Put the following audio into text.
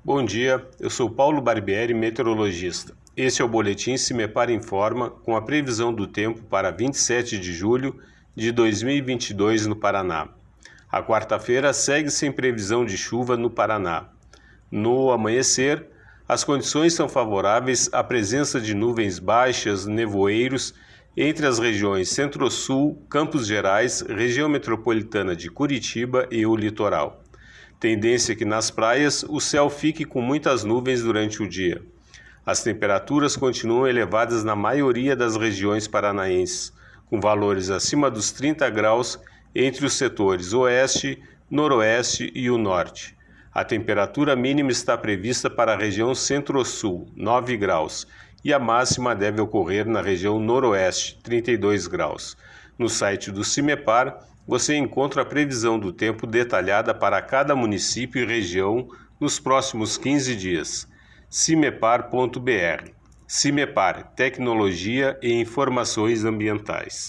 Bom dia, eu sou Paulo Barbieri, meteorologista. Este é o Boletim Cimepar Informa com a previsão do tempo para 27 de julho de 2022 no Paraná. A quarta-feira segue sem previsão de chuva no Paraná. No amanhecer, as condições são favoráveis à presença de nuvens baixas, nevoeiros, entre as regiões Centro-Sul, Campos Gerais, região metropolitana de Curitiba e o litoral. Tendência que nas praias o céu fique com muitas nuvens durante o dia. As temperaturas continuam elevadas na maioria das regiões paranaenses, com valores acima dos 30 graus entre os setores oeste, noroeste e o norte. A temperatura mínima está prevista para a região Centro-Sul, 9 graus, e a máxima deve ocorrer na região noroeste, 32 graus. No site do Cimepar, você encontra a previsão do tempo detalhada para cada município e região nos próximos 15 dias. Cimepar.br. Cimepar, Tecnologia e Informações Ambientais.